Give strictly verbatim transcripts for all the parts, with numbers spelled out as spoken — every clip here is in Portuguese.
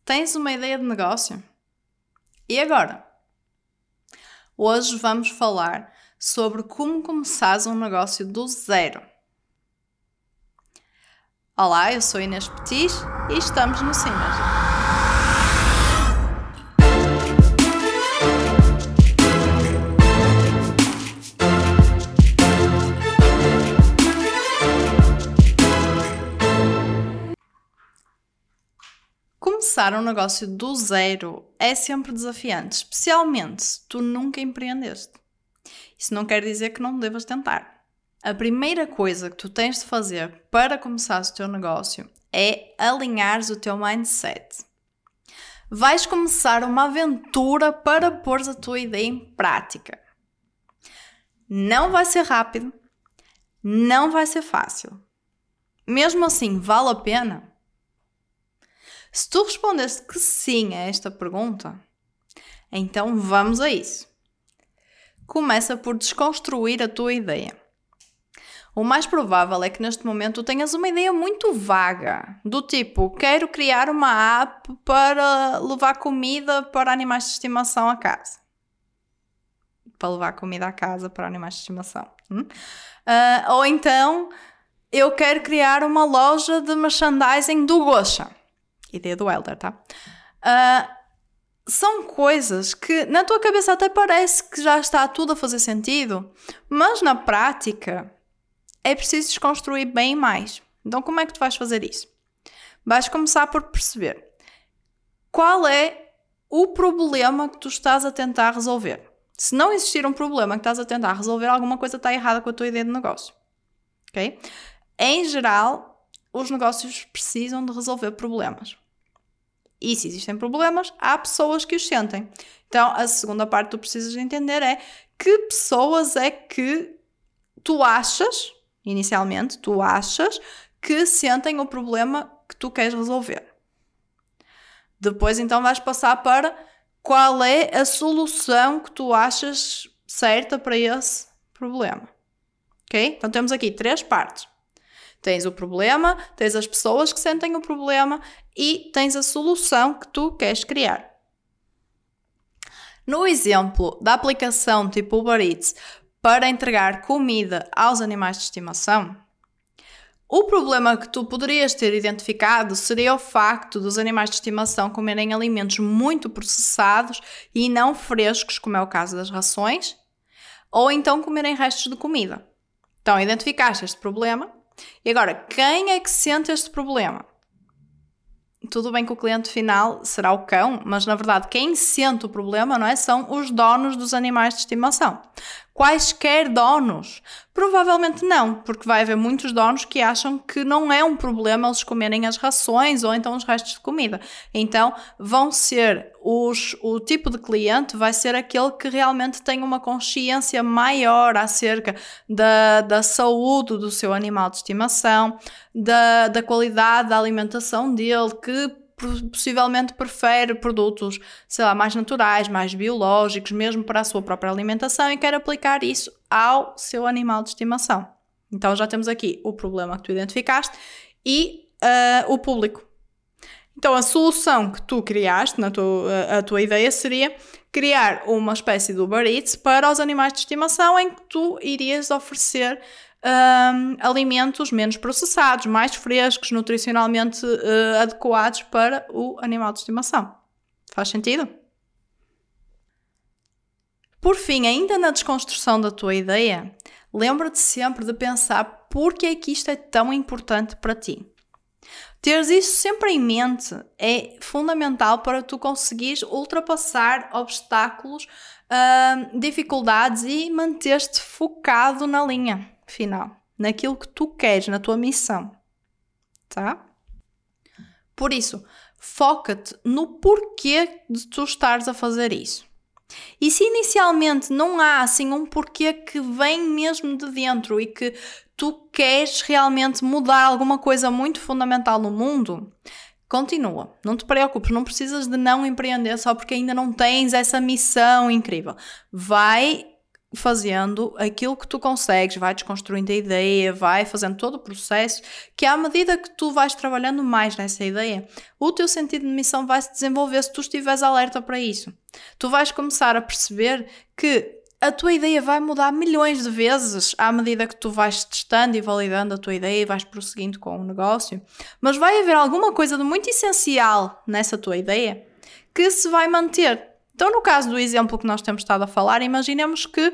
Tens uma ideia de negócio? E agora? Hoje vamos falar sobre como começares um negócio do zero. Olá, eu sou Inês Petis e estamos no Synergy. Começar um negócio do zero é sempre desafiante, especialmente se tu nunca empreendeste. Isso não quer dizer que não devas tentar. A primeira coisa que tu tens de fazer para começar o teu negócio é alinhares o teu mindset. Vais começar uma aventura para pôr a tua ideia em prática. Não vai ser rápido, não vai ser fácil. Mesmo assim, vale a pena? Se tu respondeste que sim a esta pergunta, então vamos a isso. Começa por desconstruir a tua ideia. O mais provável é que neste momento tu tenhas uma ideia muito vaga, do tipo, quero criar uma app para levar comida para animais de estimação a casa. Para levar comida a casa para animais de estimação. Hum? Uh, ou então, eu quero criar uma loja de merchandising do Gosha. Ideia do Helder, tá? Uh, são coisas que na tua cabeça até parece que já está tudo a fazer sentido, mas na prática é preciso desconstruir bem mais. Então como é que tu vais fazer isso? Vais começar por perceber qual é o problema que tu estás a tentar resolver. Se não existir um problema que estás a tentar resolver, alguma coisa está errada com a tua ideia de negócio. Ok? Em geral, os negócios precisam de resolver problemas. E se existem problemas, há pessoas que os sentem. Então, a segunda parte que tu precisas de entender é que pessoas é que tu achas, inicialmente, tu achas que sentem o problema que tu queres resolver. Depois, então, vais passar para qual é a solução que tu achas certa para esse problema. Ok? Então, temos aqui três partes. Tens o problema, tens as pessoas que sentem o problema e tens a solução que tu queres criar. No exemplo da aplicação tipo Uber Eats para entregar comida aos animais de estimação, o problema que tu poderias ter identificado seria o facto dos animais de estimação comerem alimentos muito processados e não frescos, como é o caso das rações, ou então comerem restos de comida. Então, identificaste este problema. E agora, quem é que sente este problema? Tudo bem que o cliente final será o cão, mas na verdade quem sente o problema, não é? São os donos dos animais de estimação. Quaisquer donos? Provavelmente não, porque vai haver muitos donos que acham que não é um problema eles comerem as rações ou então os restos de comida. Então vão ser os, o tipo de cliente vai ser aquele que realmente tem uma consciência maior acerca da, da saúde do seu animal de estimação, da, da qualidade da alimentação dele, que possivelmente prefere produtos, sei lá, mais naturais, mais biológicos, mesmo para a sua própria alimentação e quer aplicar isso ao seu animal de estimação. Então já temos aqui o problema que tu identificaste e uh, o público. Então a solução que tu criaste, na tua, a tua ideia seria criar uma espécie de Uber Eats para os animais de estimação em que tu irias oferecer Um, alimentos menos processados, mais frescos, nutricionalmente uh, adequados para o animal de estimação. Faz sentido? Por fim, ainda na desconstrução da tua ideia, lembra-te sempre de pensar porque é que isto é tão importante para ti. Teres isso sempre em mente é fundamental para tu conseguires ultrapassar obstáculos, uh, dificuldades e manter-te focado na linha final, naquilo que tu queres, na tua missão, tá? Por isso, foca-te no porquê de tu estares a fazer isso. E se inicialmente não há assim um porquê que vem mesmo de dentro e que tu queres realmente mudar alguma coisa muito fundamental no mundo, continua, não te preocupes, não precisas de não empreender só porque ainda não tens essa missão incrível. Vai fazendo aquilo que tu consegues, vai desconstruindo a ideia, vai fazendo todo o processo, que à medida que tu vais trabalhando mais nessa ideia, o teu sentido de missão vai se desenvolver se tu estiveres alerta para isso. Tu vais começar a perceber que a tua ideia vai mudar milhões de vezes à medida que tu vais testando e validando a tua ideia e vais prosseguindo com o negócio, mas vai haver alguma coisa de muito essencial nessa tua ideia que se vai manter. Então, no caso do exemplo que nós temos estado a falar, imaginemos que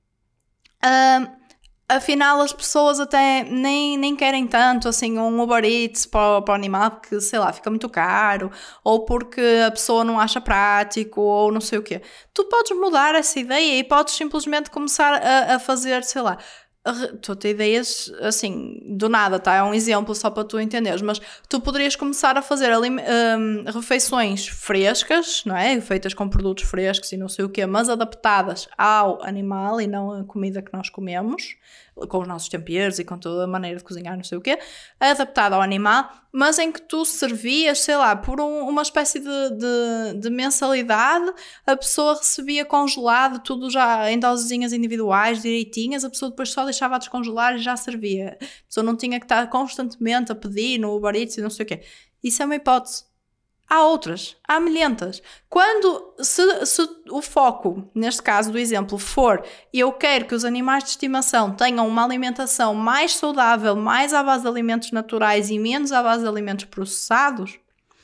uh, afinal as pessoas até nem, nem querem tanto assim um Uber Eats para, para o animal porque, sei lá, fica muito caro, ou porque a pessoa não acha prático, ou não sei o quê. Tu podes mudar essa ideia e podes simplesmente começar a, a fazer, sei lá, tu tens ideias assim, do nada, tá? É um exemplo só para tu entenderes, mas tu poderias começar a fazer ali, um, refeições frescas, não é? Feitas com produtos frescos e não sei o quê, mas adaptadas ao animal e não a comida que nós comemos, com os nossos temperos e com toda a maneira de cozinhar, não sei o quê, adaptada ao animal, mas em que tu servias, sei lá, por um, uma espécie de, de, de mensalidade, a pessoa recebia congelado, tudo já em dosezinhas individuais, direitinhas, a pessoa depois só deixava a descongelar e já servia. A pessoa não tinha que estar constantemente a pedir no Uber Eats e não sei o quê. Isso é uma hipótese. Há outras, há milhentas. Quando, se, se o foco, neste caso do exemplo, for eu quero que os animais de estimação tenham uma alimentação mais saudável, mais à base de alimentos naturais e menos à base de alimentos processados,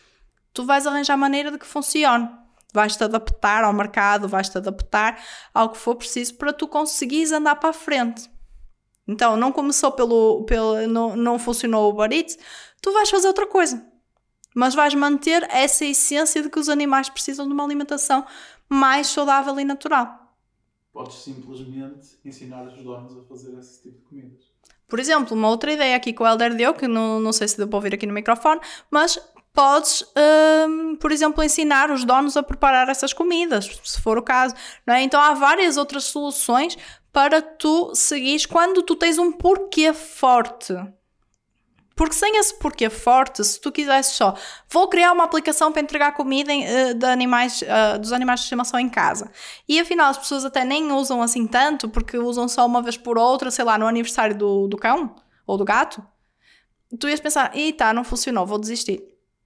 tu vais arranjar maneira de que funcione. Vais-te adaptar ao mercado, vais-te adaptar ao que for preciso para tu conseguires andar para a frente. Então, não começou pelo... pelo não, não funcionou o Uber Eats, tu vais fazer outra coisa. Mas vais manter essa essência de que os animais precisam de uma alimentação mais saudável e natural. Podes simplesmente ensinar os donos a fazer esse tipo de comidas. Por exemplo, uma outra ideia aqui que o Helder deu, que não, não sei se deu para ouvir aqui no microfone, mas podes, hum, por exemplo, ensinar os donos a preparar essas comidas, se for o caso. Não é? Então há várias outras soluções para tu seguires quando tu tens um porquê forte. Porque sem esse porquê forte, se tu quisesses só, vou criar uma aplicação para entregar comida uh, de animais, uh, dos animais de estimação em casa. E afinal as pessoas até nem usam assim tanto, porque usam só uma vez por outra, sei lá, no aniversário do, do cão ou do gato. Tu ias pensar, e tá, não funcionou, vou desistir.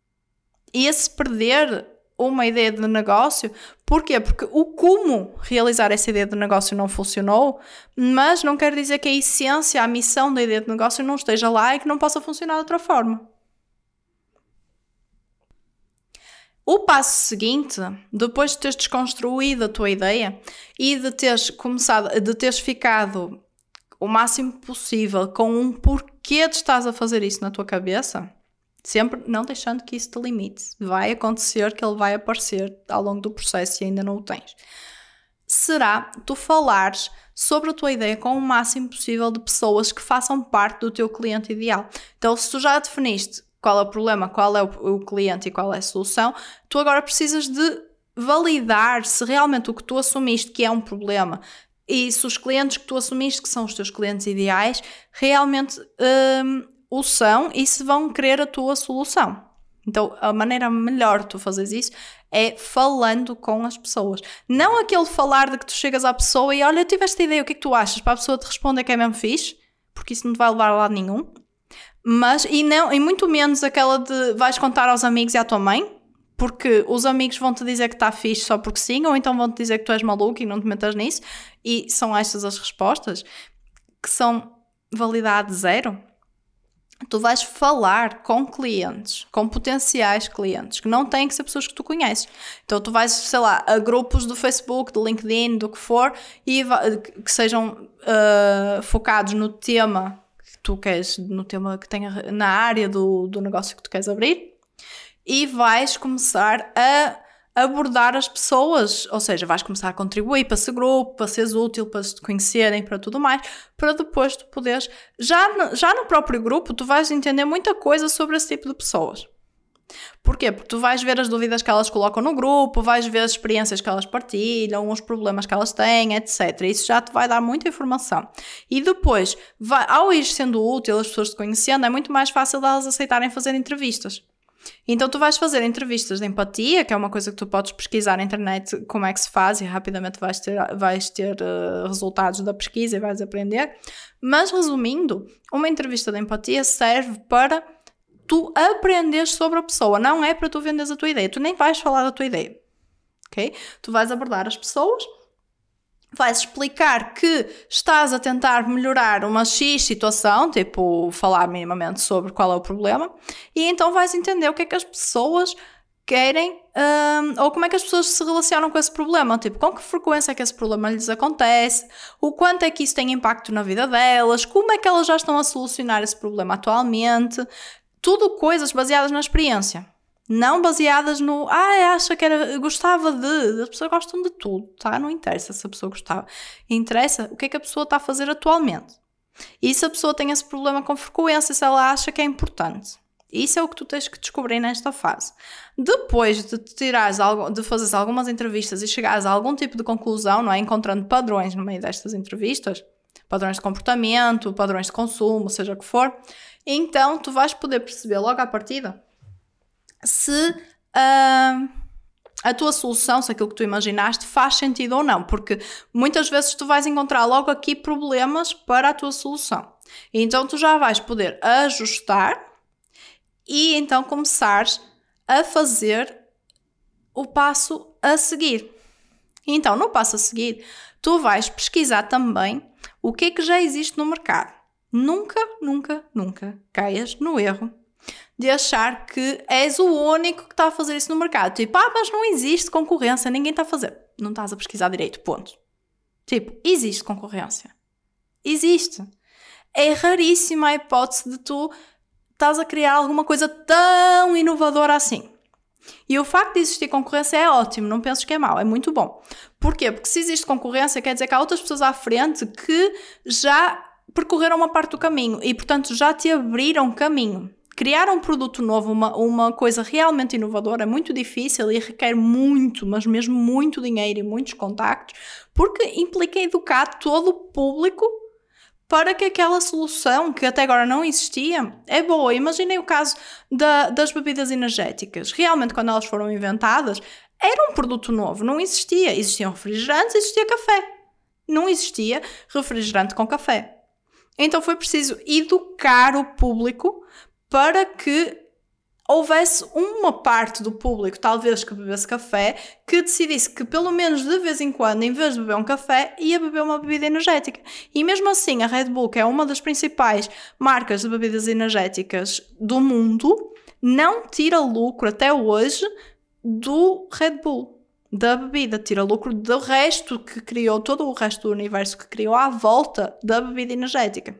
E esse perder uma ideia de negócio, porquê? Porque o como realizar essa ideia de negócio não funcionou, mas não quer dizer que a essência, a missão da ideia de negócio não esteja lá e que não possa funcionar de outra forma. O passo seguinte, depois de teres desconstruído a tua ideia e de teres começado, de teres ficado o máximo possível com um porquê de estás a fazer isso na tua cabeça, sempre não deixando que isso te limite. Vai acontecer que ele vai aparecer ao longo do processo e ainda não o tens. Será tu falares sobre a tua ideia com o máximo possível de pessoas que façam parte do teu cliente ideal. Então, se tu já definiste qual é o problema, qual é o, o cliente e qual é a solução, tu agora precisas de validar se realmente o que tu assumiste que é um problema e se os clientes que tu assumiste que são os teus clientes ideais realmente... Hum, o são e se vão querer a tua solução. Então, a maneira melhor de tu fazeres isso é falando com as pessoas. Não aquele falar de que tu chegas à pessoa e olha, eu tive esta ideia, o que é que tu achas? Para a pessoa te responder que é mesmo fixe, porque isso não te vai levar a lado nenhum. Mas, e, não, e muito menos aquela de vais contar aos amigos e à tua mãe, porque os amigos vão-te dizer que está fixe só porque sim, ou então vão-te dizer que tu és maluco e não te metas nisso. E são estas as respostas, que são validade zero. Tu vais falar com clientes, com potenciais clientes, que não têm que ser pessoas que tu conheces. Então tu vais, sei lá, a grupos do Facebook, do LinkedIn, do que for, e que sejam uh, focados no tema que tu queres, no tema que tenha na área do, do negócio que tu queres abrir, e vais começar a abordar as pessoas, ou seja, vais começar a contribuir para esse grupo, para seres útil, para te conhecerem, para tudo mais, para depois tu poderes, já no, já no próprio grupo, tu vais entender muita coisa sobre esse tipo de pessoas. Porquê? Porque tu vais ver as dúvidas que elas colocam no grupo, vais ver as experiências que elas partilham, os problemas que elas têm, etcétera. Isso já te vai dar muita informação. E depois, vai, ao ir sendo útil, as pessoas te conhecendo, é muito mais fácil delas aceitarem fazer entrevistas. Então tu vais fazer entrevistas de empatia, que é uma coisa que tu podes pesquisar na internet como é que se faz e rapidamente vais ter, vais ter uh, resultados da pesquisa e vais aprender. Mas resumindo, uma entrevista de empatia serve para tu aprenderes sobre a pessoa, não é para tu venderes a tua ideia, tu nem vais falar da tua ideia, ok? Tu vais abordar as pessoas, vais explicar que estás a tentar melhorar uma X situação, tipo, falar minimamente sobre qual é o problema, e então vais entender o que é que as pessoas querem, um, ou como é que as pessoas se relacionam com esse problema, tipo, com que frequência é que esse problema lhes acontece, o quanto é que isso tem impacto na vida delas, como é que elas já estão a solucionar esse problema atualmente, tudo coisas baseadas na experiência. Não baseadas no, ah, acha que era, gostava de, as pessoas gostam de tudo, tá? Não interessa se a pessoa gostava. Interessa o que é que a pessoa está a fazer atualmente. E se a pessoa tem esse problema com frequência, se ela acha que é importante. Isso é o que tu tens que descobrir nesta fase. Depois de tirares algo, de fazeres algumas entrevistas e chegares a algum tipo de conclusão, não é? Encontrando padrões no meio destas entrevistas, padrões de comportamento, padrões de consumo, seja o que for, então tu vais poder perceber logo à partida se uh, a tua solução, se aquilo que tu imaginaste faz sentido ou não, porque muitas vezes tu vais encontrar logo aqui problemas para a tua solução. E então tu já vais poder ajustar e então começares a fazer o passo a seguir. Então, no passo a seguir, tu vais pesquisar também o que é que já existe no mercado. Nunca, nunca, nunca caias no erro de achar que és o único que está a fazer isso no mercado. Tipo, ah, mas não existe concorrência, ninguém está a fazer. Não estás a pesquisar direito, ponto. Tipo, existe concorrência. Existe. É raríssima a hipótese de tu estás a criar alguma coisa tão inovadora assim. E o facto de existir concorrência é ótimo, não penses que é mau, é muito bom. Porquê? Porque se existe concorrência, quer dizer que há outras pessoas à frente que já percorreram uma parte do caminho e, portanto, já te abriram caminho. Criar um produto novo, uma, uma coisa realmente inovadora, é muito difícil e requer muito, mas mesmo muito dinheiro e muitos contactos, porque implica educar todo o público para que aquela solução, que até agora não existia, é boa. Imaginem o caso da, das bebidas energéticas. Realmente, quando elas foram inventadas, era um produto novo, não existia. Existiam refrigerantes, existia café. Não existia refrigerante com café. Então foi preciso educar o público para que houvesse uma parte do público, talvez que bebesse café, que decidisse que pelo menos de vez em quando, em vez de beber um café, ia beber uma bebida energética. E mesmo assim, a Red Bull, que é uma das principais marcas de bebidas energéticas do mundo, não tira lucro até hoje do Red Bull, da bebida. Tira lucro do resto que criou, todo o resto do universo que criou à volta da bebida energética.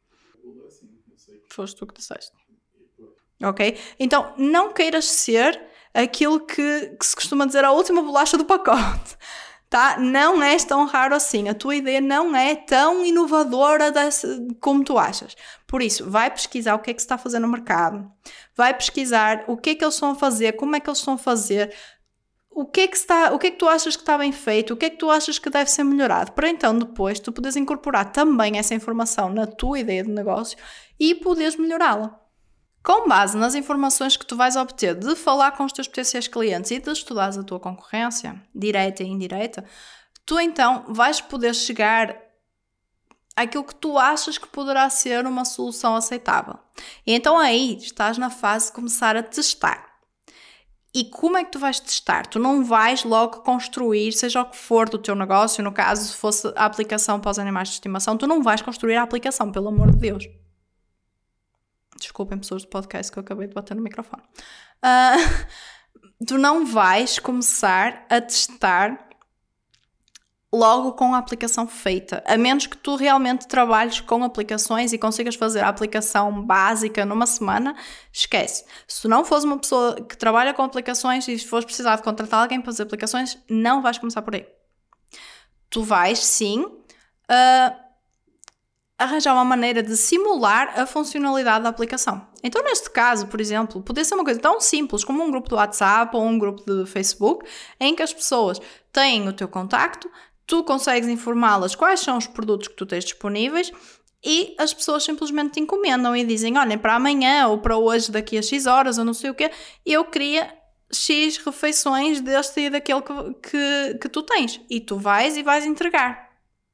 Foste tu que disseste. Ok? Então, não queiras ser aquilo que, que se costuma dizer a última bolacha do pacote, tá? Não és tão raro assim. A tua ideia não é tão inovadora desse, como tu achas. Por isso, vai pesquisar o que é que se está a fazer no mercado. Vai pesquisar o que é que eles estão a fazer, como é que eles estão a fazer, o que é que, está, o que, é que tu achas que está bem feito, o que é que tu achas que deve ser melhorado, para então depois tu poderes incorporar também essa informação na tua ideia de negócio e poderes melhorá-la. Com base nas informações que tu vais obter de falar com os teus potenciais clientes e de estudares a tua concorrência, direta e indireta, tu então vais poder chegar àquilo que tu achas que poderá ser uma solução aceitável. E então aí estás na fase de começar a testar. E como é que tu vais testar? Tu não vais logo construir, seja o que for do teu negócio, no caso se fosse a aplicação para os animais de estimação, tu não vais construir a aplicação, pelo amor de Deus. Desculpem pessoas do podcast que eu acabei de bater no microfone. Uh, tu não vais começar a testar logo com a aplicação feita, a menos que tu realmente trabalhes com aplicações e consigas fazer a aplicação básica numa semana, esquece. Se tu não fores uma pessoa que trabalha com aplicações e fores precisar de contratar alguém para fazer aplicações, não vais começar por aí. Tu vais, sim, uh, arranjar uma maneira de simular a funcionalidade da aplicação. Então, neste caso, por exemplo, poderia ser uma coisa tão simples como um grupo do WhatsApp ou um grupo de Facebook, em que as pessoas têm o teu contacto, tu consegues informá-las quais são os produtos que tu tens disponíveis e as pessoas simplesmente te encomendam e dizem, olha, para amanhã ou para hoje, daqui a X horas ou não sei o quê, eu queria X refeições deste e daquele que, que, que tu tens. E tu vais e vais entregar.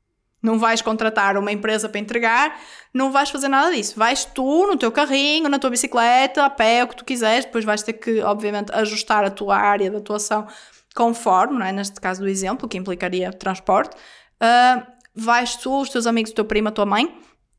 Não vais contratar uma empresa para entregar, não vais fazer nada disso. Vais tu no teu carrinho, na tua bicicleta, a pé, o que tu quiseres, depois vais ter que, obviamente, ajustar a tua área de atuação conforme, não é? Neste caso do exemplo, que implicaria transporte. Uh, vais tu, os teus amigos, o teu primo, a tua mãe,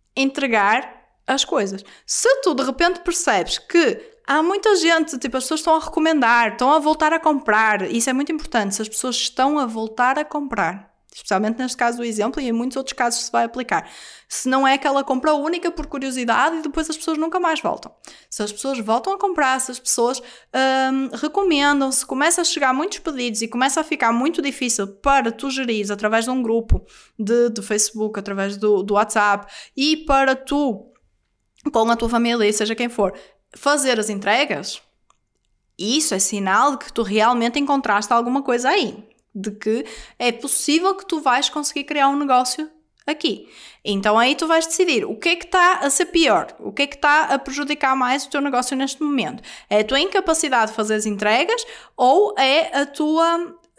entregar as coisas. Se tu de repente percebes que há muita gente, tipo, as pessoas estão a recomendar, estão a voltar a comprar, isso é muito importante, se as pessoas estão a voltar a comprar, especialmente neste caso do exemplo e em muitos outros casos se vai aplicar, se não é aquela compra única por curiosidade e depois as pessoas nunca mais voltam. Se as pessoas voltam a comprar, se as pessoas hum, recomendam, se começa a chegar muitos pedidos e começa a ficar muito difícil para tu gerires através de um grupo de, de Facebook, através do, do WhatsApp e para tu, com a tua família, seja quem for, fazer as entregas, isso é sinal de que tu realmente encontraste alguma coisa aí, de que é possível que tu vais conseguir criar um negócio aqui. Então aí tu vais decidir o que é que está a ser pior, o que é que está a prejudicar mais o teu negócio neste momento. É a tua incapacidade de fazer as entregas ou é a tua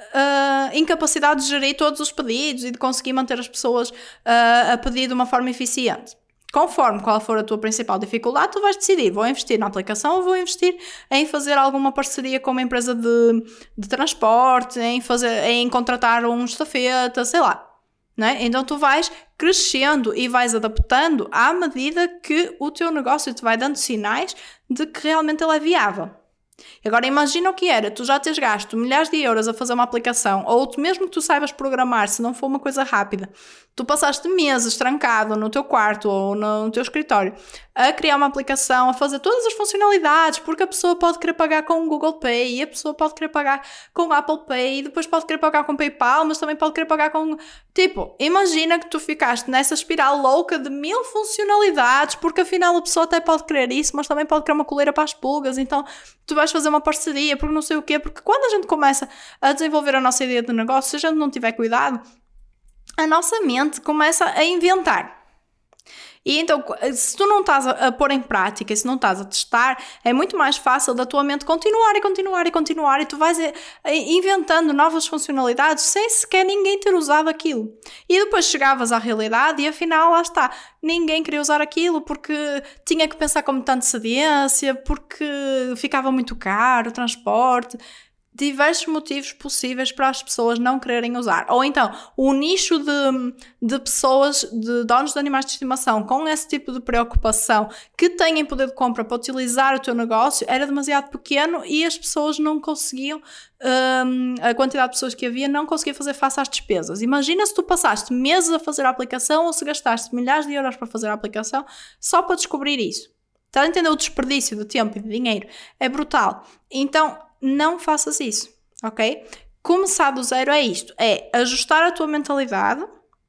uh, incapacidade de gerir todos os pedidos e de conseguir manter as pessoas uh, a pedir de uma forma eficiente? Conforme qual for a tua principal dificuldade, tu vais decidir, vou investir na aplicação ou vou investir em fazer alguma parceria com uma empresa de, de transporte, em, fazer, em contratar um estafeta, sei lá. Não é? Então tu vais crescendo e vais adaptando à medida que o teu negócio te vai dando sinais de que realmente ele é viável. Agora imagina o que era, tu já tens gasto milhares de euros a fazer uma aplicação, ou tu, mesmo que tu saibas programar, se não for uma coisa rápida, tu passaste meses trancado no teu quarto ou no teu escritório a criar uma aplicação, a fazer todas as funcionalidades, porque a pessoa pode querer pagar com o Google Pay, e a pessoa pode querer pagar com o Apple Pay, e depois pode querer pagar com o PayPal, mas também pode querer pagar com... Tipo, imagina que tu ficaste nessa espiral louca de mil funcionalidades, porque afinal a pessoa até pode querer isso, mas também pode querer uma coleira para as pulgas, então tu vais fazer uma parceria, porque não sei o quê, porque quando a gente começa a desenvolver a nossa ideia de negócio, se a gente não tiver cuidado, a nossa mente começa a inventar. E então, se tu não estás a, a pôr em prática, se não estás a testar, é muito mais fácil da tua mente continuar e continuar e continuar, e tu vais a, a, inventando novas funcionalidades sem sequer ninguém ter usado aquilo. E depois chegavas à realidade e afinal, lá está, ninguém queria usar aquilo porque tinha que pensar com muita antecedência, porque ficava muito caro o transporte... diversos motivos possíveis para as pessoas não quererem usar. Ou então, o nicho de, de pessoas, de donos de animais de estimação com esse tipo de preocupação, que têm poder de compra para utilizar o teu negócio, era demasiado pequeno e as pessoas não conseguiam, um, a quantidade de pessoas que havia não conseguia fazer face às despesas. Imagina se tu passaste meses a fazer a aplicação ou se gastaste milhares de euros para fazer a aplicação só para descobrir isso. Estás a entender o desperdício de tempo e de dinheiro? É brutal. Então, não faças isso, ok? Começar do zero é isto, é ajustar a tua mentalidade,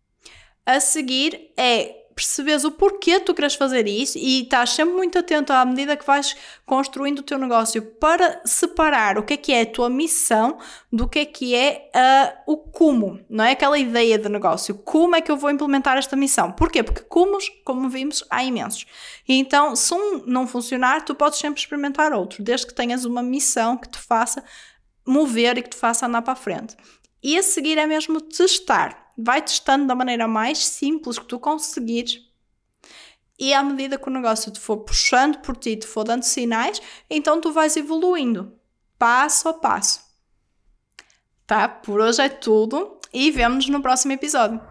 a seguir é perceberes o porquê tu queres fazer isso e estás sempre muito atento à medida que vais construindo o teu negócio para separar o que é que é a tua missão do que é que é uh, o como, não é aquela ideia de negócio, como é que eu vou implementar esta missão, porquê? Porque comos, como vimos, há imensos, e então se um não funcionar, tu podes sempre experimentar outro, desde que tenhas uma missão que te faça mover e que te faça andar para a frente. E a seguir é mesmo testar. Vai testando da maneira mais simples que tu conseguires e à medida que o negócio te for puxando por ti, te for dando sinais, então tu vais evoluindo, passo a passo. Tá? Por hoje é tudo e vemo-nos no próximo episódio.